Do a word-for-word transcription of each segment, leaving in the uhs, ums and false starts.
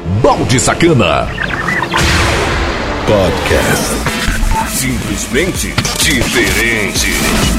Balde Sacana Podcast. Simplesmente diferente.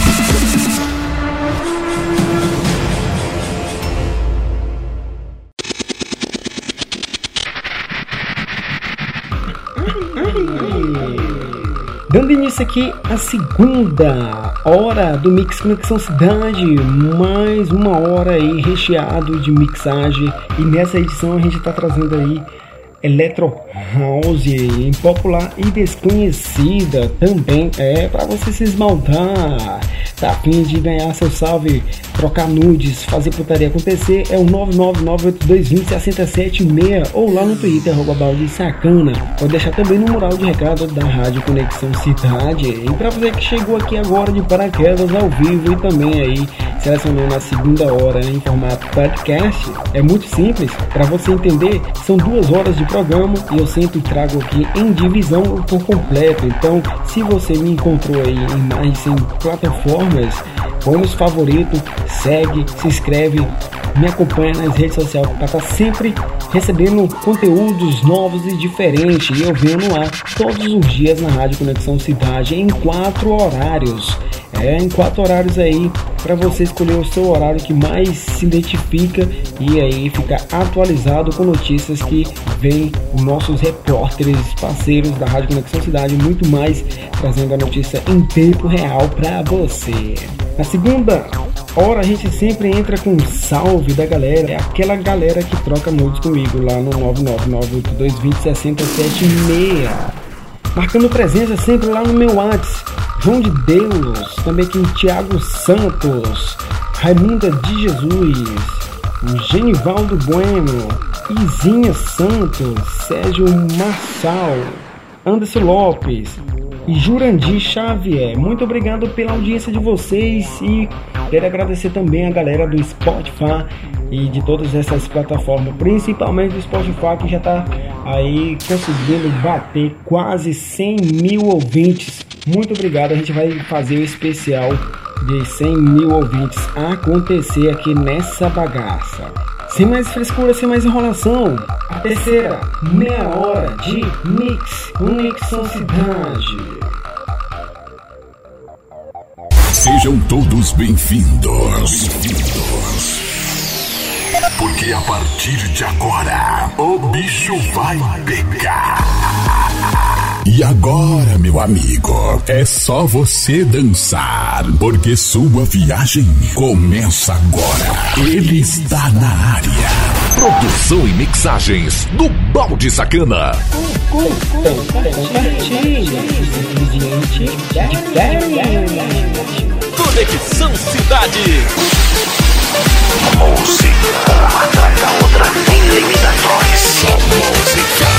Dando início aqui a segunda hora do Mix Conexão Cidade, mais uma hora aí recheado de mixagem, e nessa edição a gente está trazendo aí Electro House, popular e desconhecida também, é para você se esmaltar, tá a fim de ganhar seu salve, trocar nudes, fazer putaria acontecer, é o nove nove nove oito dois dois zero seis sete seis ou lá no Twitter, arroba Balde Sacana. Pode deixar também no mural de recado da Rádio Conexão Cidade. E para você que chegou aqui agora de paraquedas ao vivo e também aí selecionando a segunda hora em formato podcast, é muito simples, para você entender, são duas horas de programa e eu sempre trago aqui em divisão por completo. Então, se você me encontrou aí em mais de cem plataformas, põe nos favoritos, segue, se inscreve, me acompanha nas redes sociais para estar sempre recebendo conteúdos novos e diferentes. E eu venho no ar todos os dias na Rádio Conexão Cidade em quatro horários. É, em quatro horários aí, para você escolher o seu horário que mais se identifica e aí ficar atualizado com notícias que vem nossos repórteres, parceiros da Rádio Conexão Cidade, muito mais, trazendo a notícia em tempo real para você. Na segunda hora a gente sempre entra com um salve da galera, é aquela galera que troca nudes comigo lá no nove nove nove oito dois dois zero seis sete seis, marcando presença sempre lá no meu WhatsApp. João de Deus, também aqui Thiago Santos, Raimunda de Jesus, Genivaldo Bueno, Izinha Santos, Sérgio Marçal, Anderson Lopes e Jurandir Xavier. Muito obrigado pela audiência de vocês e quero agradecer também a galera do Spotify e de todas essas plataformas, principalmente do Spotify, que já está aí conseguindo bater quase cem mil ouvintes. Muito obrigado, a gente vai fazer o especial de cem mil ouvintes acontecer aqui nessa bagaça. Sem mais frescura, sem mais enrolação, a terceira meia hora de Mix Conexão Cidade. Sejam todos bem-vindos. Bem-vindos. Porque a partir de agora, o bicho vai pegar. E agora, meu amigo, é só você dançar, porque sua viagem começa agora. Ele está na área. Produção e mixagens do Balde Sacana. Conexão Cidade. A música atrás da outra sem limitações. Só música.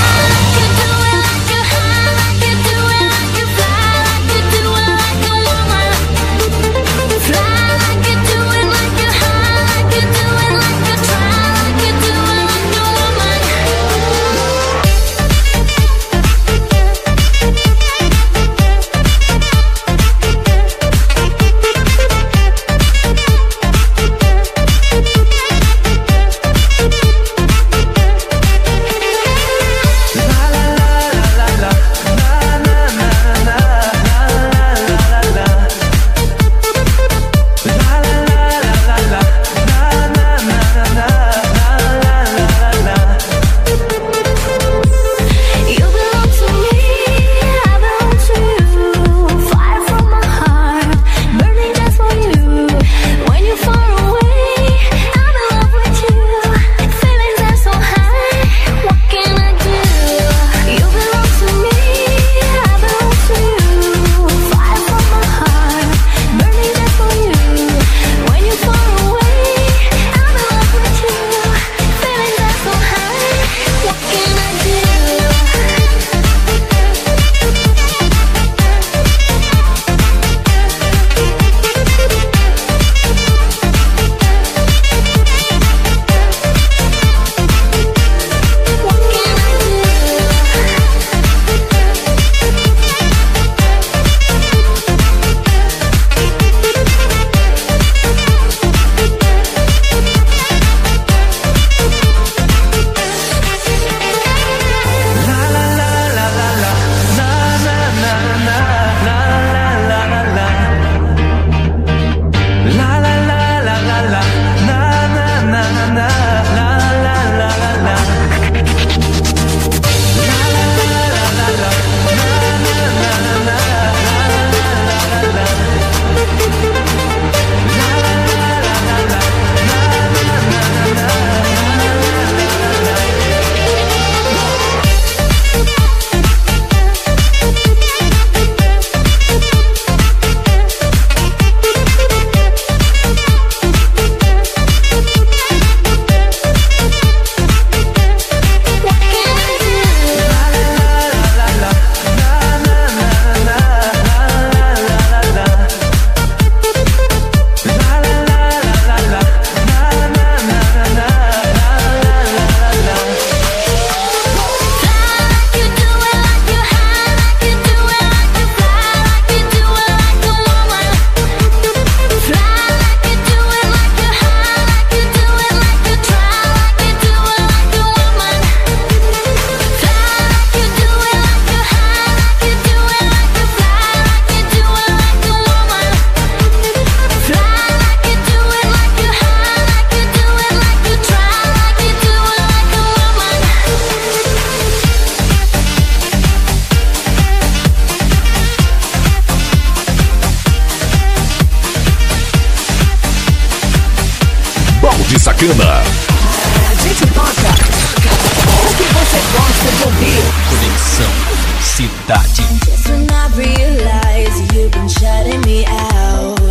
Sacana. A gente toca o que você gosta de ouvir. Conexão Cidade. Just when I realize you've been shutting me out,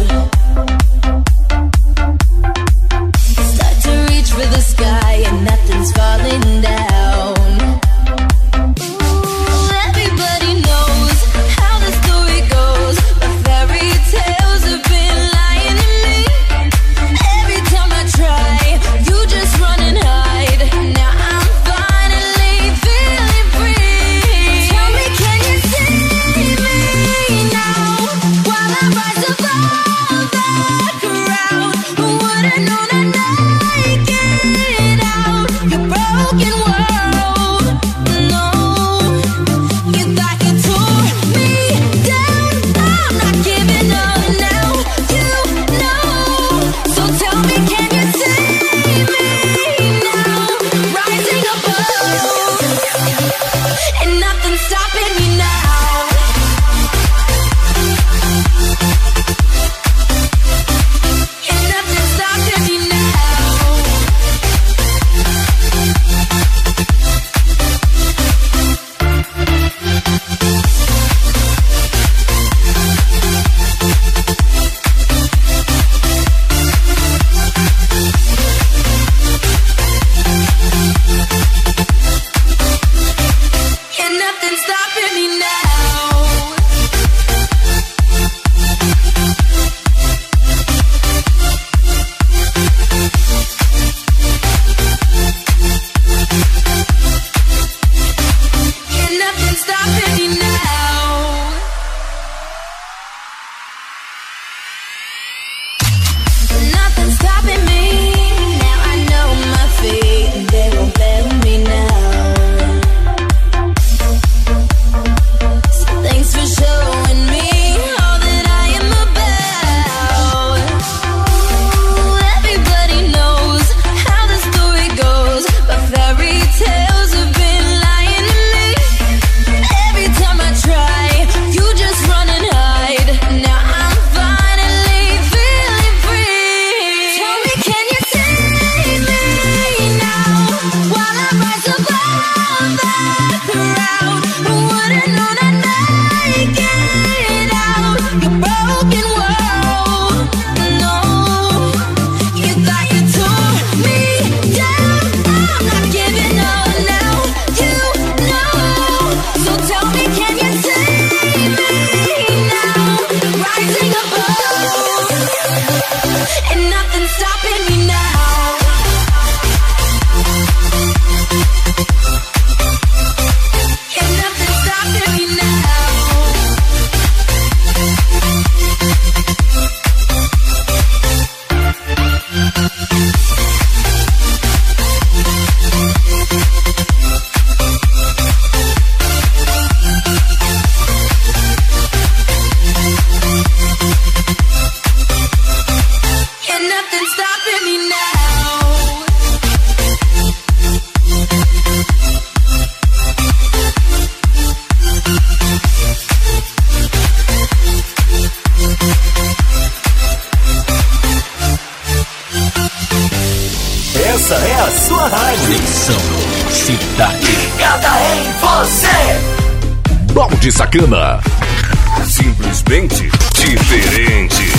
start to reach for the sky and nothing's falling down. Ooh, everybody knows how the story goes, but fairy tales have been lying to me. Every time I try, you just run and hide. Now I'm finally feeling free. Tell me, can you see me now? While I rise above the crowd, who would've known I'd make it out your broken world? No, you thought you tore me down. I'm not giving up now, you know. So tell me, can you see me now? Rising above, and nothing's stopping me now. And nothing's stopping me now. And nothing's stopping me now. And nothing's stopping me now. Nothing's stopping me. Now I know my fate. They won't fail me now. So thanks for showing me all that I am about. Ooh, everybody knows how the story goes, but fairy tales have been lying to me. Every time I try, you just run and hide. Now I'm finally feeling free. Tell me, can you see me now? While I rise above the crowd, who would've known I'd make it out your broken world? No, you thought you tore me down. I'm not giving up now, you know. So tell me, can you see me now? Rising above, and nothing's stopping me now. And nothing's stopping me now. And nothing's stopping me now. Essa é a sua rádio. Conexão Cidade. Ligada em você. Balde Sacana. Simplesmente diferente.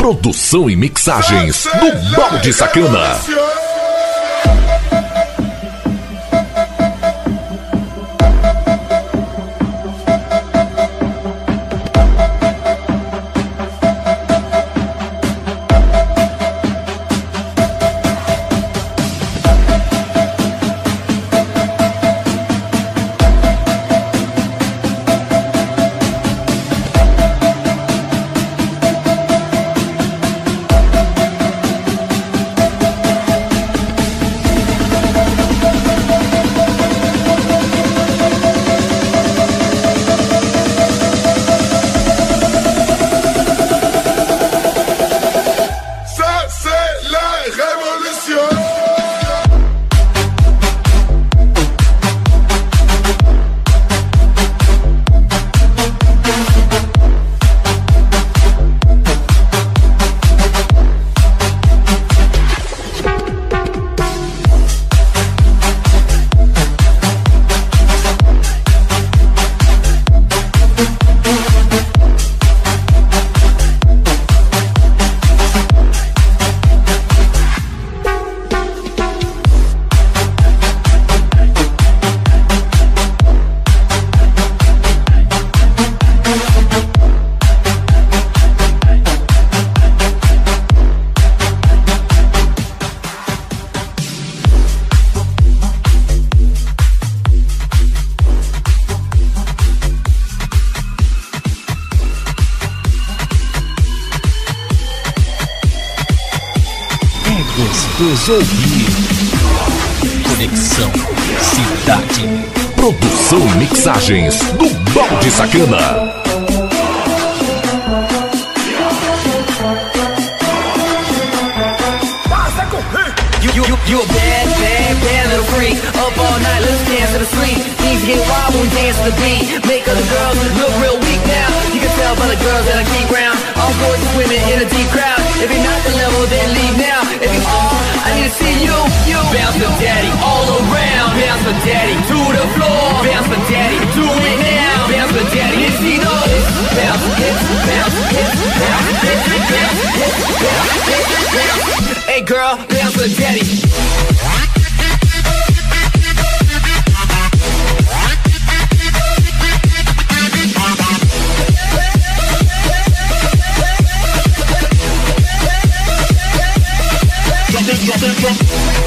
Produção e mixagens do Balde Sacana. Gostoso ouvir. Conexão Cidade. Produção e mixagens do Balde Sacana. You, you, you a bad, bad, bad little freak. Up all night, let's dance to the sleep. Things get wild when we dance to the beat. Make other girls look real weak now. You can tell by the girls that I keep round. All boys and women in a deep crowd. If you're not the level, then leave now. If you are, I need to see you, you. Bounce for daddy all around. Bounce for daddy to the floor. Bounce for daddy, do it now. Bounce for daddy, is he knows. Bounce, hits, bounce, hits, bounce, hits, bounce, hits, bounce, hits, bounce. Hey girl, bounce for daddy. Drop it, drop it,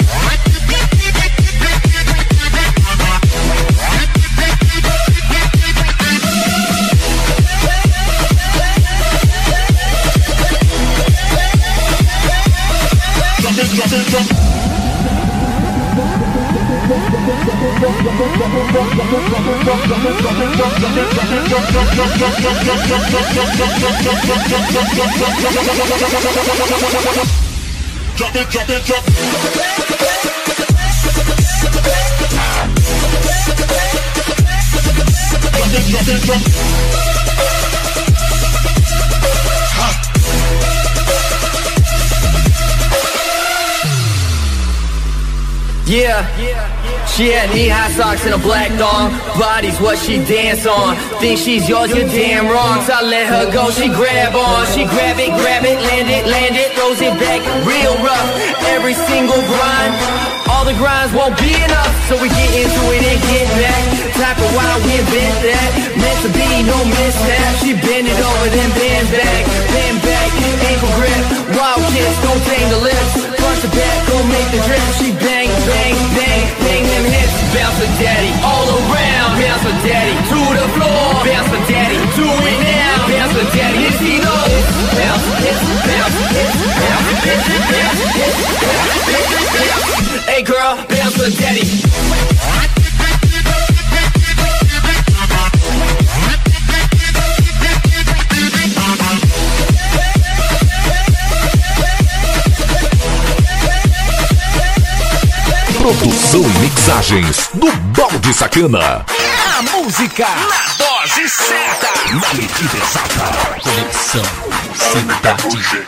drop it, drop it. Drop it, drop it, drop it. Yeah, she had knee-high socks and a black thong. Body's what she dance on. Think she's yours, you're damn wrong. So I let her go, she grab on. She grab it, grab it, land it, land it, throws it back real rough. Every single grind, all the grinds won't be enough. So we get into it and get back. Type of wild, we invent that. Meant to be, no mishap. She bend it over, then bend back. Bend back, ankle grip. Wild kiss, don't tame the lips. Front to back, gon' make the drip. She bang, bang, bang, bang them hips. Bounce for daddy, all around. Bounce for daddy, to the floor. Bounce for daddy, do it now. Bounce for daddy, yes he knows. Bounce, hits, bounce, hits, bounce, hits, bounce, hits, bounce, hits, bounce. Hey girl, bounce for daddy. Produção e mixagens do Balde Sacana. A música na dose certa, na medida exata. Conexão Cidade.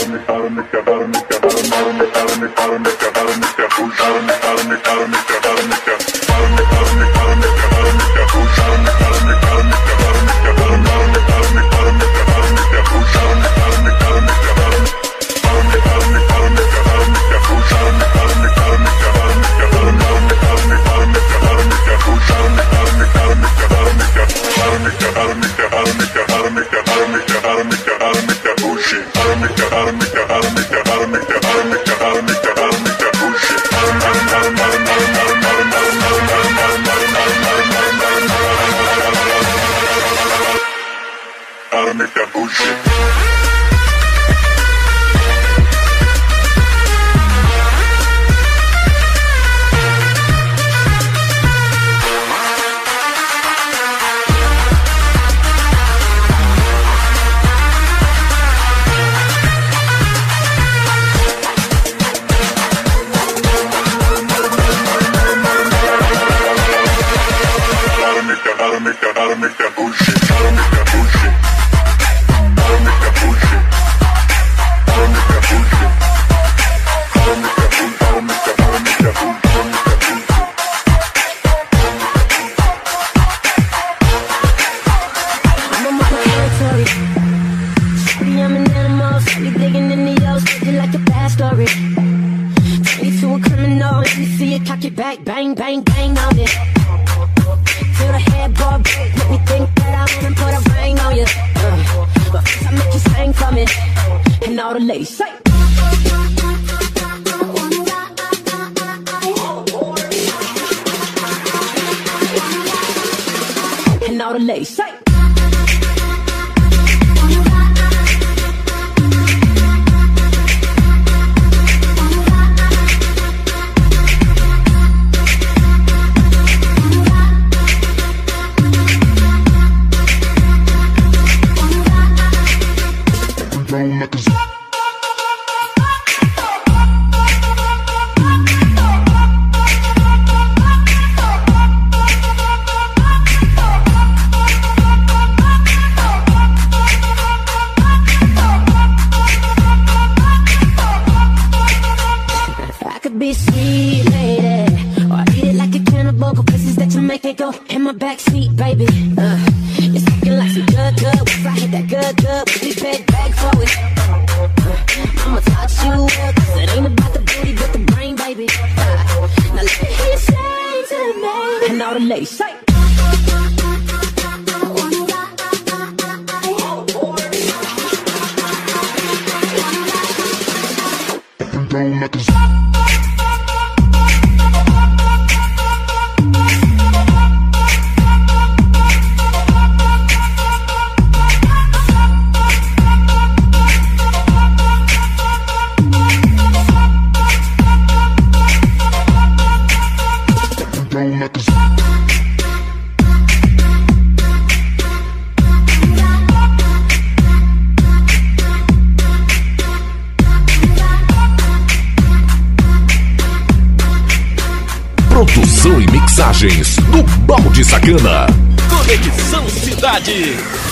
Produção e mixagens do Balde Sacana. Conexão Cidade.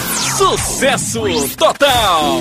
Sucesso total.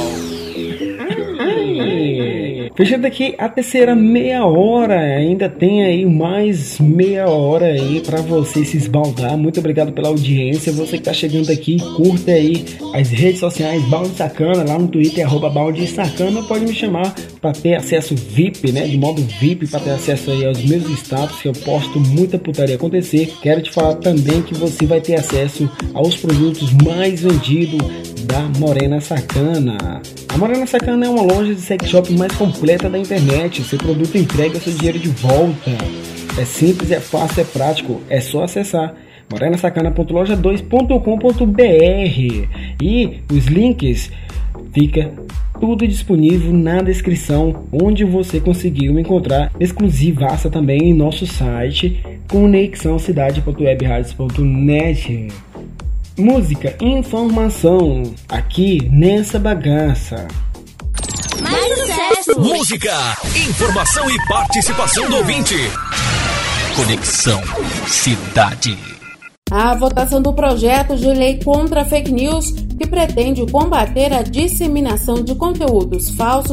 Fechando aqui a terceira meia hora, ainda tem aí mais meia hora aí pra você se esbaldar. Muito obrigado pela audiência. Você que tá chegando aqui, curta aí as redes sociais Balde Sacana, lá no Twitter, arroba Balde Sacana. Pode me chamar pra ter acesso V I P, né, de modo V I P, pra ter acesso aí aos meus status, que eu posto muita putaria acontecer. Quero te falar também que você vai ter acesso aos produtos mais vendidos da Morena Sacana. A Morena Sacana é uma loja de sex shop mais completa da internet. Seu produto entrega seu dinheiro de volta. É simples, é fácil, é prático. É só acessar morena sacana ponto loja dois ponto com ponto b r e os links fica tudo disponível na descrição, onde você conseguiu encontrar exclusivaça também em nosso site conexão cidade ponto web radios ponto net. Música, informação, aqui nessa bagaça. Mais sucesso! Música, informação e participação do ouvinte. Conexão Cidade. A votação do projeto de lei contra fake news, que pretende combater a disseminação de conteúdos falsos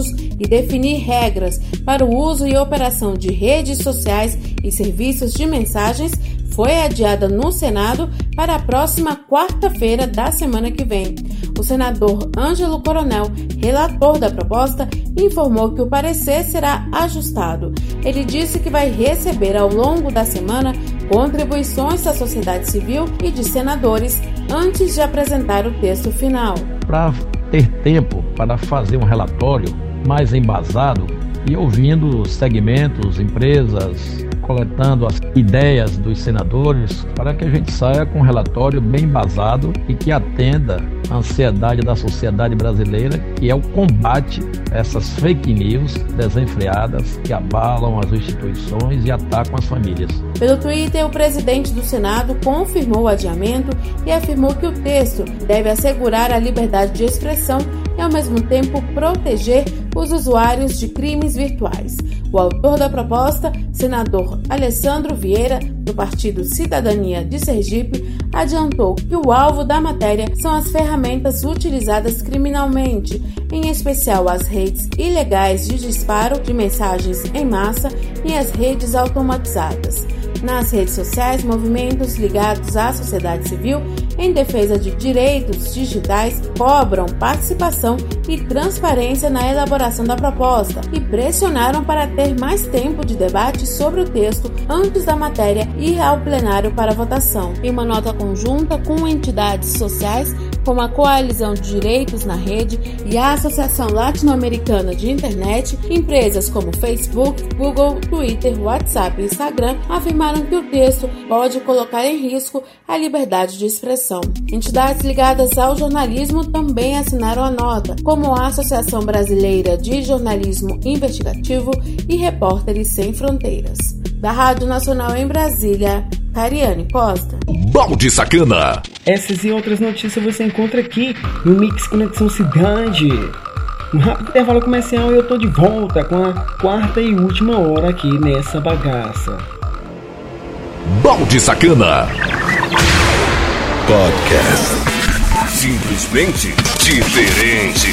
e definir regras para o uso e operação de redes sociais e serviços de mensagens foi adiada no Senado para a próxima quarta-feira da semana que vem. O senador Ângelo Coronel, relator da proposta, informou que o parecer será ajustado. Ele disse que vai receber ao longo da semana contribuições da sociedade civil e de senadores antes de apresentar o texto final. Para ter tempo para fazer um relatório mais embasado e ouvindo segmentos, empresas, coletando as ideias dos senadores para que a gente saia com um relatório bem embasado e que atenda a ansiedade da sociedade brasileira, que é o combate a essas fake news desenfreadas que abalam as instituições e atacam as famílias. Pelo Twitter, o presidente do Senado confirmou o adiamento e afirmou que o texto deve assegurar a liberdade de expressão e, ao mesmo tempo, proteger os usuários de crimes virtuais. O autor da proposta, senador Alessandro Vieira, do Partido Cidadania de Sergipe, adiantou que o alvo da matéria são as ferramentas utilizadas criminalmente, em especial as redes ilegais de disparo de mensagens em massa e as redes automatizadas. Nas redes sociais, movimentos ligados à sociedade civil em defesa de direitos digitais cobram participação e transparência na elaboração da proposta e pressionaram para ter mais tempo de debate sobre o texto antes da matéria ir ao plenário para votação. Em uma nota conjunta com entidades sociais como a Coalizão de Direitos na Rede e a Associação Latino-Americana de Internet, empresas como Facebook, Google, Twitter, WhatsApp e Instagram afirmaram que o texto pode colocar em risco a liberdade de expressão. Entidades ligadas ao jornalismo também assinaram a nota, como a Associação Brasileira de Jornalismo Investigativo e Repórteres Sem Fronteiras. Da Rádio Nacional em Brasília, Cariane Costa. Balde Sacana. Essas e outras notícias você encontra aqui no Mix Conexão Cidade. Um rápido intervalo comercial e eu tô de volta com a quarta e última hora aqui nessa bagaça. Balde Sacana. Podcast. Simplesmente diferente.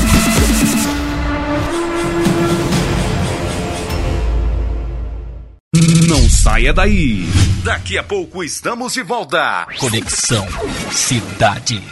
Não saia daí. Daqui a pouco estamos de volta. Conexão Cidade.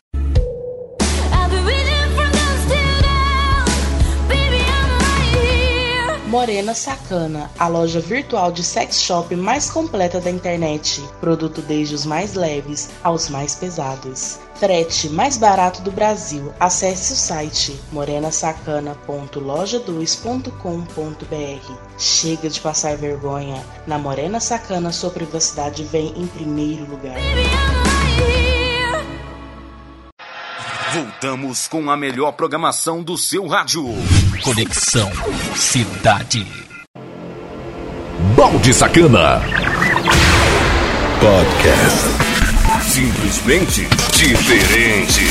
Morena Sacana, a loja virtual de sex shop mais completa da internet. Produto desde os mais leves aos mais pesados. Frete mais barato do Brasil. Acesse o site morena sacana ponto loja dois ponto com ponto b r. Chega de passar vergonha. Na Morena Sacana, sua privacidade vem em primeiro lugar. Voltamos com a melhor programação do seu rádio. Conexão Cidade. Balde Sacana. Podcast. Simplesmente diferente.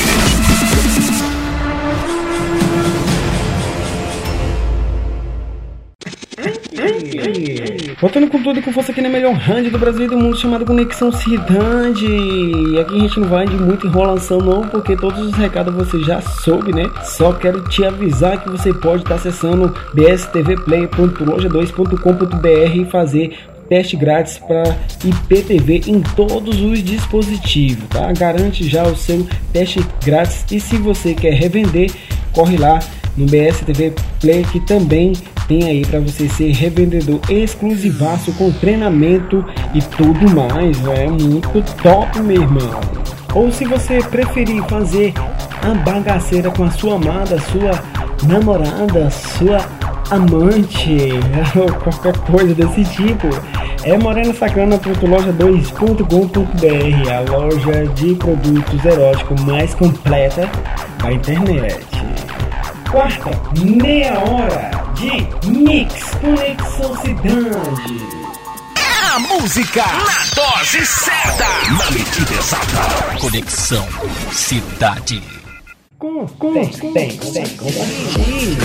Voltando com tudo e com força aqui na melhor rádio do Brasil e do mundo, chamada Conexão Cidade. E aqui a gente não vai de muita enrolação não, porque todos os recados você já soube, né? Só quero te avisar que você pode estar acessando b s t v play ponto loja dois ponto com ponto b r e fazer teste grátis para I P T V em todos os dispositivos, tá? Garante já o seu teste grátis e se você quer revender, corre lá no B S T V Play, que também tem aí para você ser revendedor exclusivaço com treinamento e tudo mais. É muito top, meu irmão. Ou se você preferir fazer a bagaceira com a sua amada, sua namorada, sua amante ou qualquer coisa desse tipo, é morena sacana ponto loja dois ponto com ponto b r, a loja de produtos eróticos mais completa da internet. Quarta meia hora de Mix Conexão Cidade. A música na dose certa, na medida exata. Conexão Cidade. Com, com, tem, com, tem, com, tem, com, simplesmente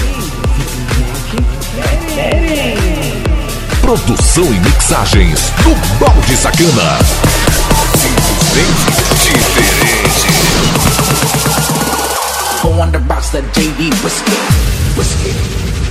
diferente. Produção e mixagens do Balde Sacana. Simplesmente diferente. Go on the box that J D Whiskey, Whiskey.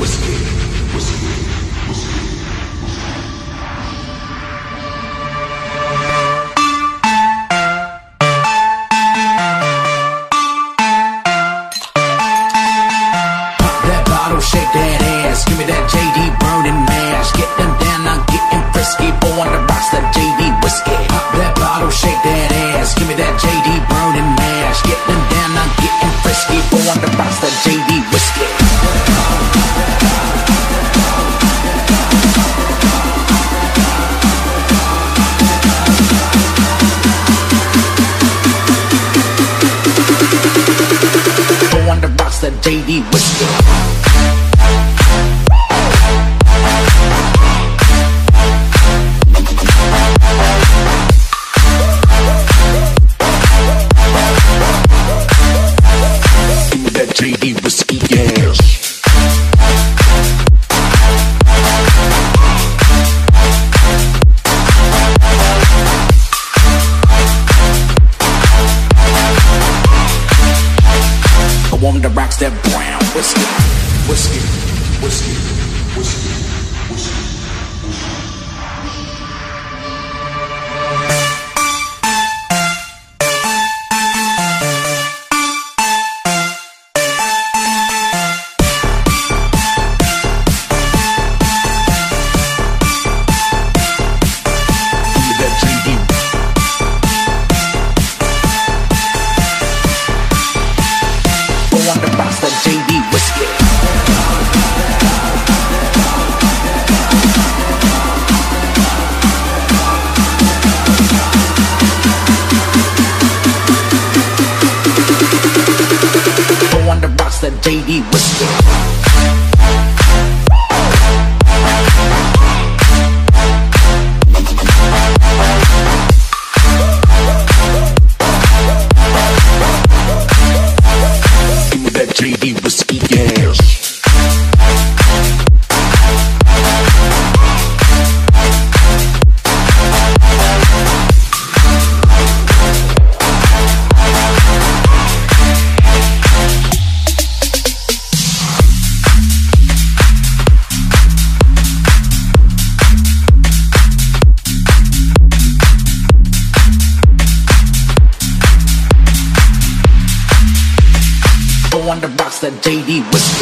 D whiskey. J D whiskey, yeah. The woman that rocks that brown whiskey, whiskey, whiskey, whiskey, whiskey. J D whiskey. Give me that J D whiskey, yeah. On the rocks, that J D whiskey.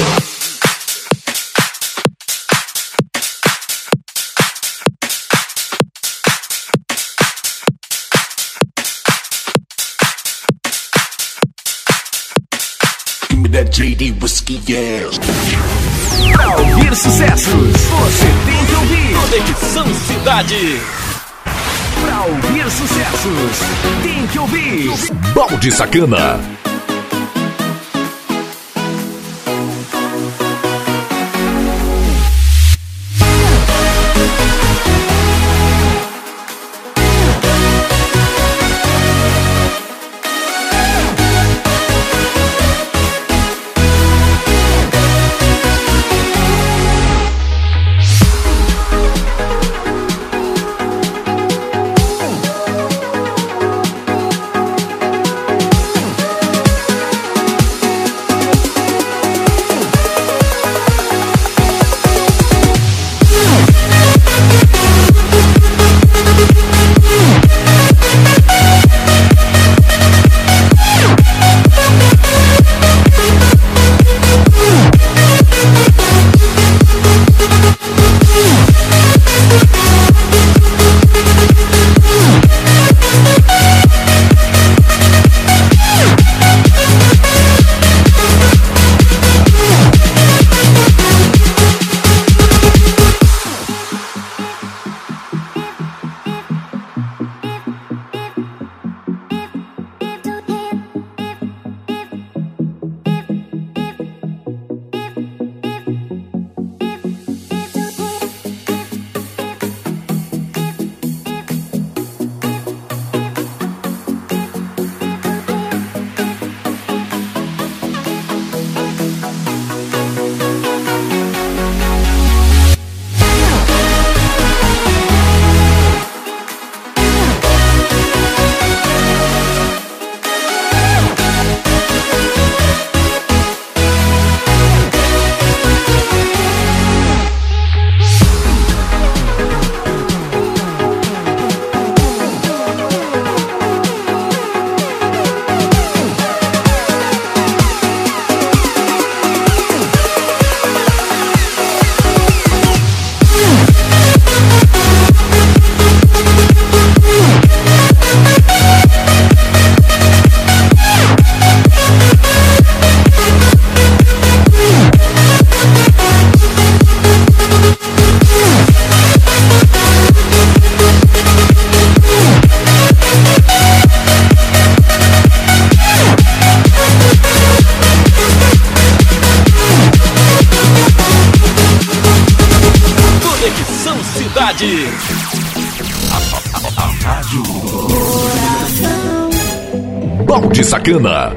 Give me that J D whiskey, yeah. Pra ouvir sucessos, você tem que ouvir Conexão Cidade. Pra ouvir sucessos, tem que ouvir Balde Sacana. cidade. A, a, a rádio Balde Sacana.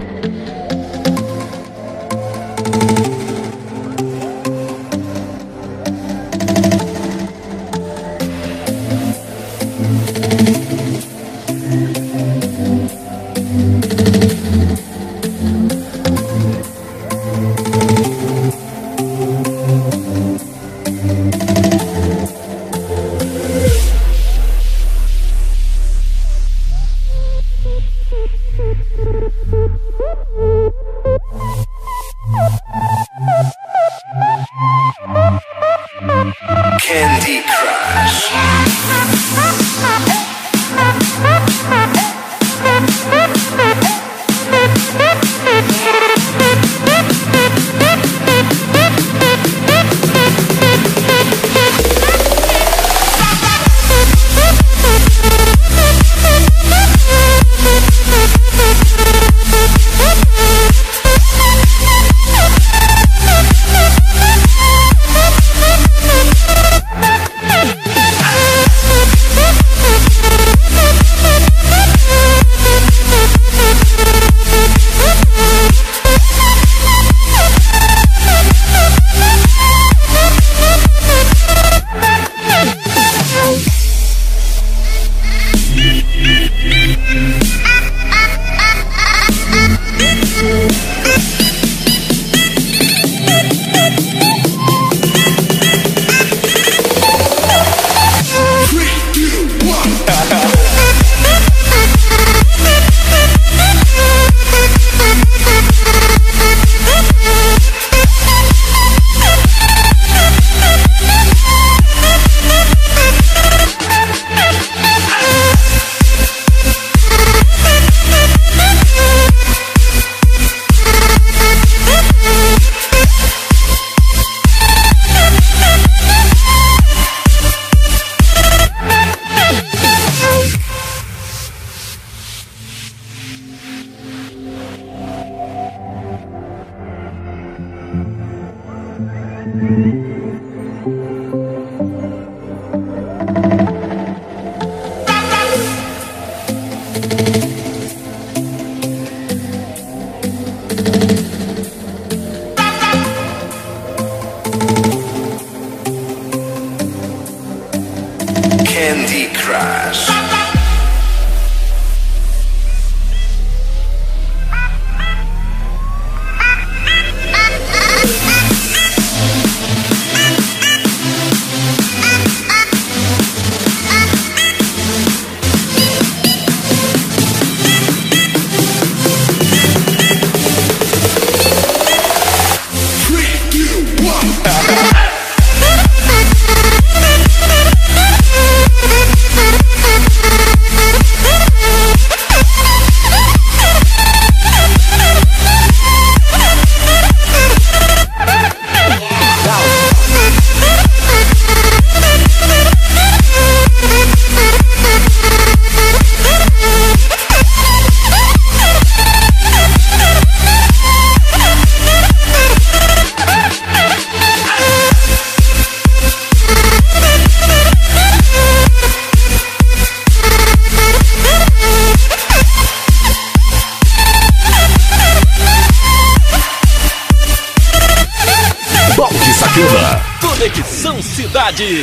Candy Crush. Candy Crush. Conexão Cidade.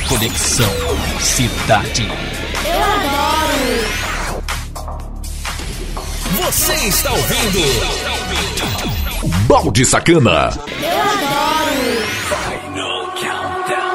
Conexão Cidade. Eu adoro. Você está ouvindo Balde Sacana. Eu adoro. Final Countdown.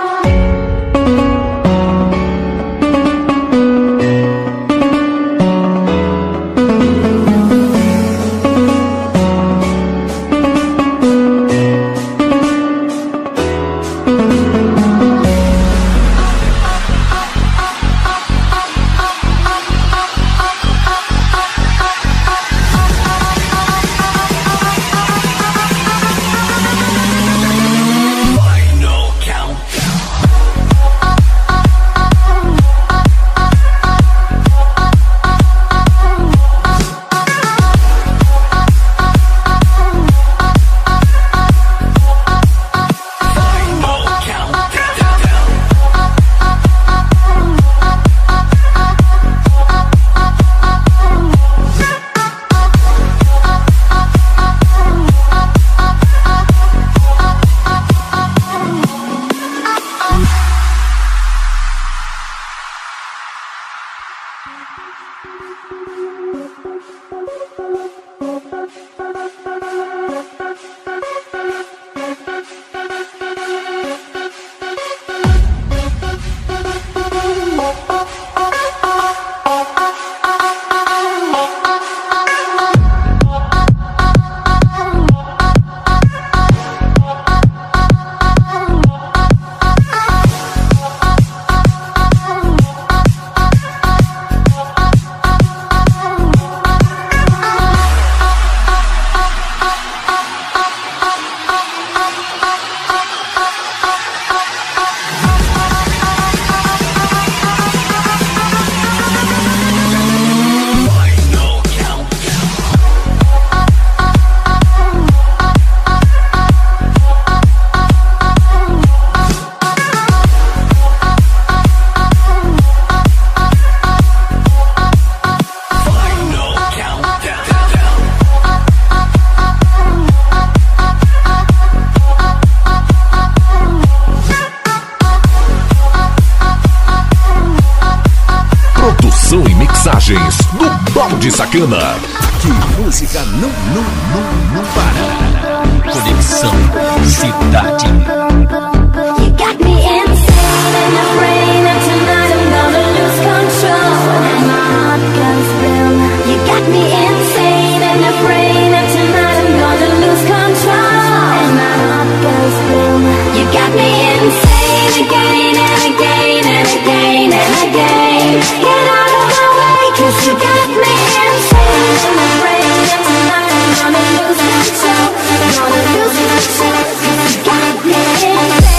Do Balde Sacana. Que música não, não, não, não para. Conexão Cidade. You got me insane and afraid that tonight I'm gonna lose control and my heart goes boom. You got me insane and afraid that tonight I'm gonna lose control and my heart goes boom. You got me insane again and again and again and again. Get out of my way 'cause you got me insane and afraid that tonight I'm gonna lose control. Gonna lose control 'cause you got me insane.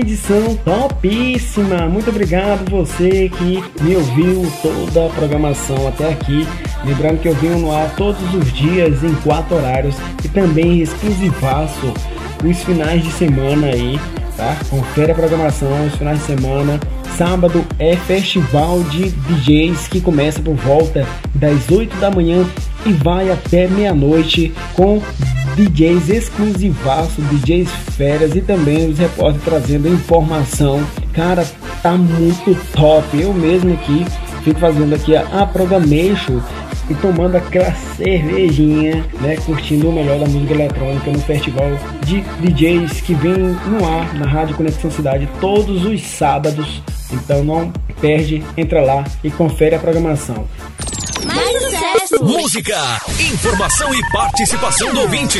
edição topíssima. Muito obrigado você que me ouviu toda a programação até aqui. Lembrando que eu venho no ar todos os dias em quatro horários e também exclusivaço os finais de semana aí, tá? Confere a programação, os finais de semana. Sábado é festival de D Js que começa por volta das oito da manhã e vai até meia-noite com D Js exclusivaço, D Js férias e também os repórteres trazendo informação. Cara, tá muito top. Eu mesmo aqui fico fazendo aqui a, a programation e tomando aquela cervejinha, né, curtindo o melhor da música eletrônica no festival de D Js que vem no ar na Rádio Conexão Cidade todos os sábados. Então não perde, entra lá e confere a programação. Mais sucesso! Música, informação e participação do ouvinte.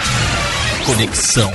Conexão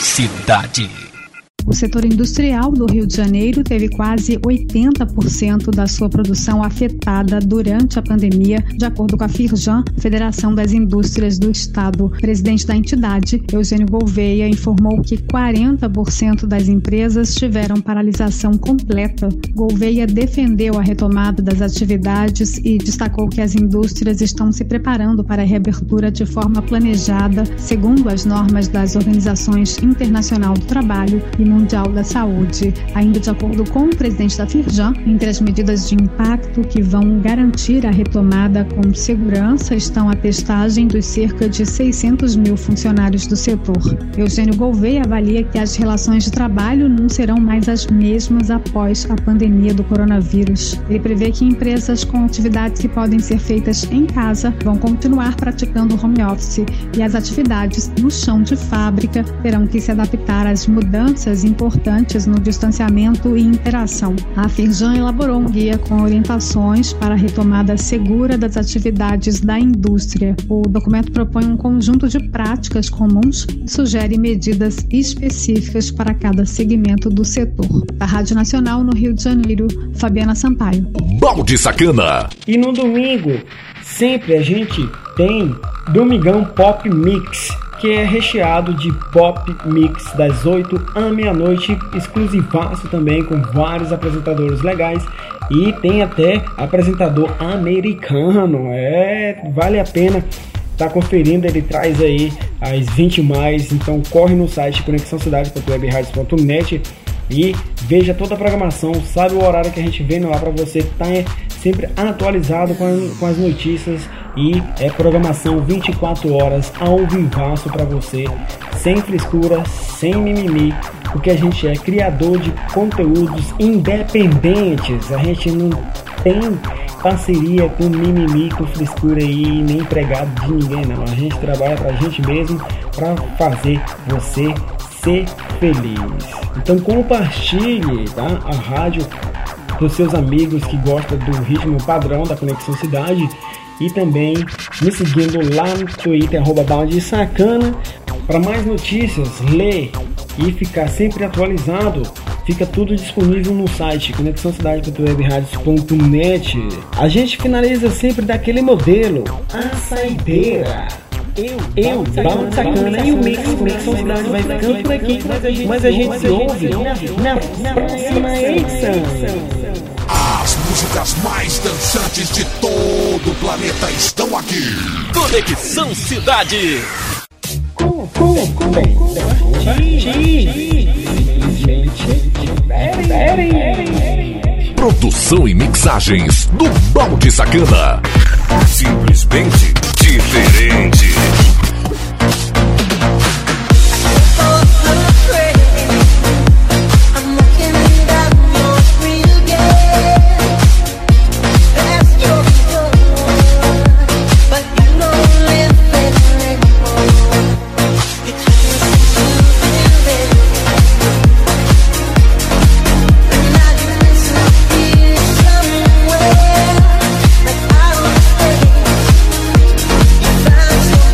Cidade. O setor industrial do Rio de Janeiro teve quase oitenta por cento da sua produção afetada durante a pandemia, de acordo com a Firjan, Federação das Indústrias do Estado. O presidente da entidade, Eugênio Gouveia, informou que quarenta por cento das empresas tiveram paralisação completa. Gouveia defendeu a retomada das atividades e destacou que as indústrias estão se preparando para a reabertura de forma planejada, segundo as normas das Organizações Internacional do Trabalho e Mundial da Saúde. Ainda de acordo com o presidente da Firjan, entre as medidas de impacto que vão garantir a retomada com segurança estão a testagem dos cerca de seiscentos mil funcionários do setor. Eugênio Gouveia avalia que as relações de trabalho não serão mais as mesmas após a pandemia do coronavírus. Ele prevê que empresas com atividades que podem ser feitas em casa vão continuar praticando home office e as atividades no chão de fábrica terão que se adaptar às mudanças importantes no distanciamento e interação. A Firjan elaborou um guia com orientações para a retomada segura das atividades da indústria. O documento propõe um conjunto de práticas comuns e sugere medidas específicas para cada segmento do setor. Da Rádio Nacional no Rio de Janeiro, Fabiana Sampaio. Balde Sacana. E no domingo, sempre a gente tem Domingão Pop Mix, que é recheado de pop mix das oito à meia-noite, exclusivaço também com vários apresentadores legais e tem até apresentador americano. É, vale a pena tá conferindo, ele traz aí as vinte mais, então corre no site conexão cidade ponto web rádios ponto net e veja toda a programação, sabe o horário que a gente vem lá para você estar tá sempre atualizado com, a, com as notícias. E é programação vinte e quatro horas ao vivaço para você, sem frescura, sem mimimi, porque a gente é criador de conteúdos independentes. A gente não tem parceria com mimimi, com frescura aí, nem empregado de ninguém não. A gente trabalha pra gente mesmo, para fazer você ser feliz. Então compartilhe, tá, a rádio para os seus amigos que gostam do ritmo padrão da Conexão Cidade. E também me seguindo lá no Twitter, arroba Balde Sacana, para mais notícias, ler e ficar sempre atualizado. Fica tudo disponível no site conexão cidade ponto web rádios ponto net. A gente finaliza sempre daquele modelo, a saideira. Eu, eu, Balde Sacana e o Mix Conexão Cidade vai ficando por aqui, mas a gente se ouve na próxima edição. As músicas mais dançantes de todo o planeta estão aqui. Conexão Cidade. Como, como, como, Produção e mixagens do Balde Sacana. Simplesmente diferente. Somewhere like I was staying. You found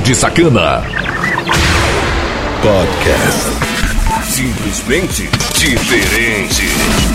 Tarde Sacana. Podcast. Simplesmente diferente.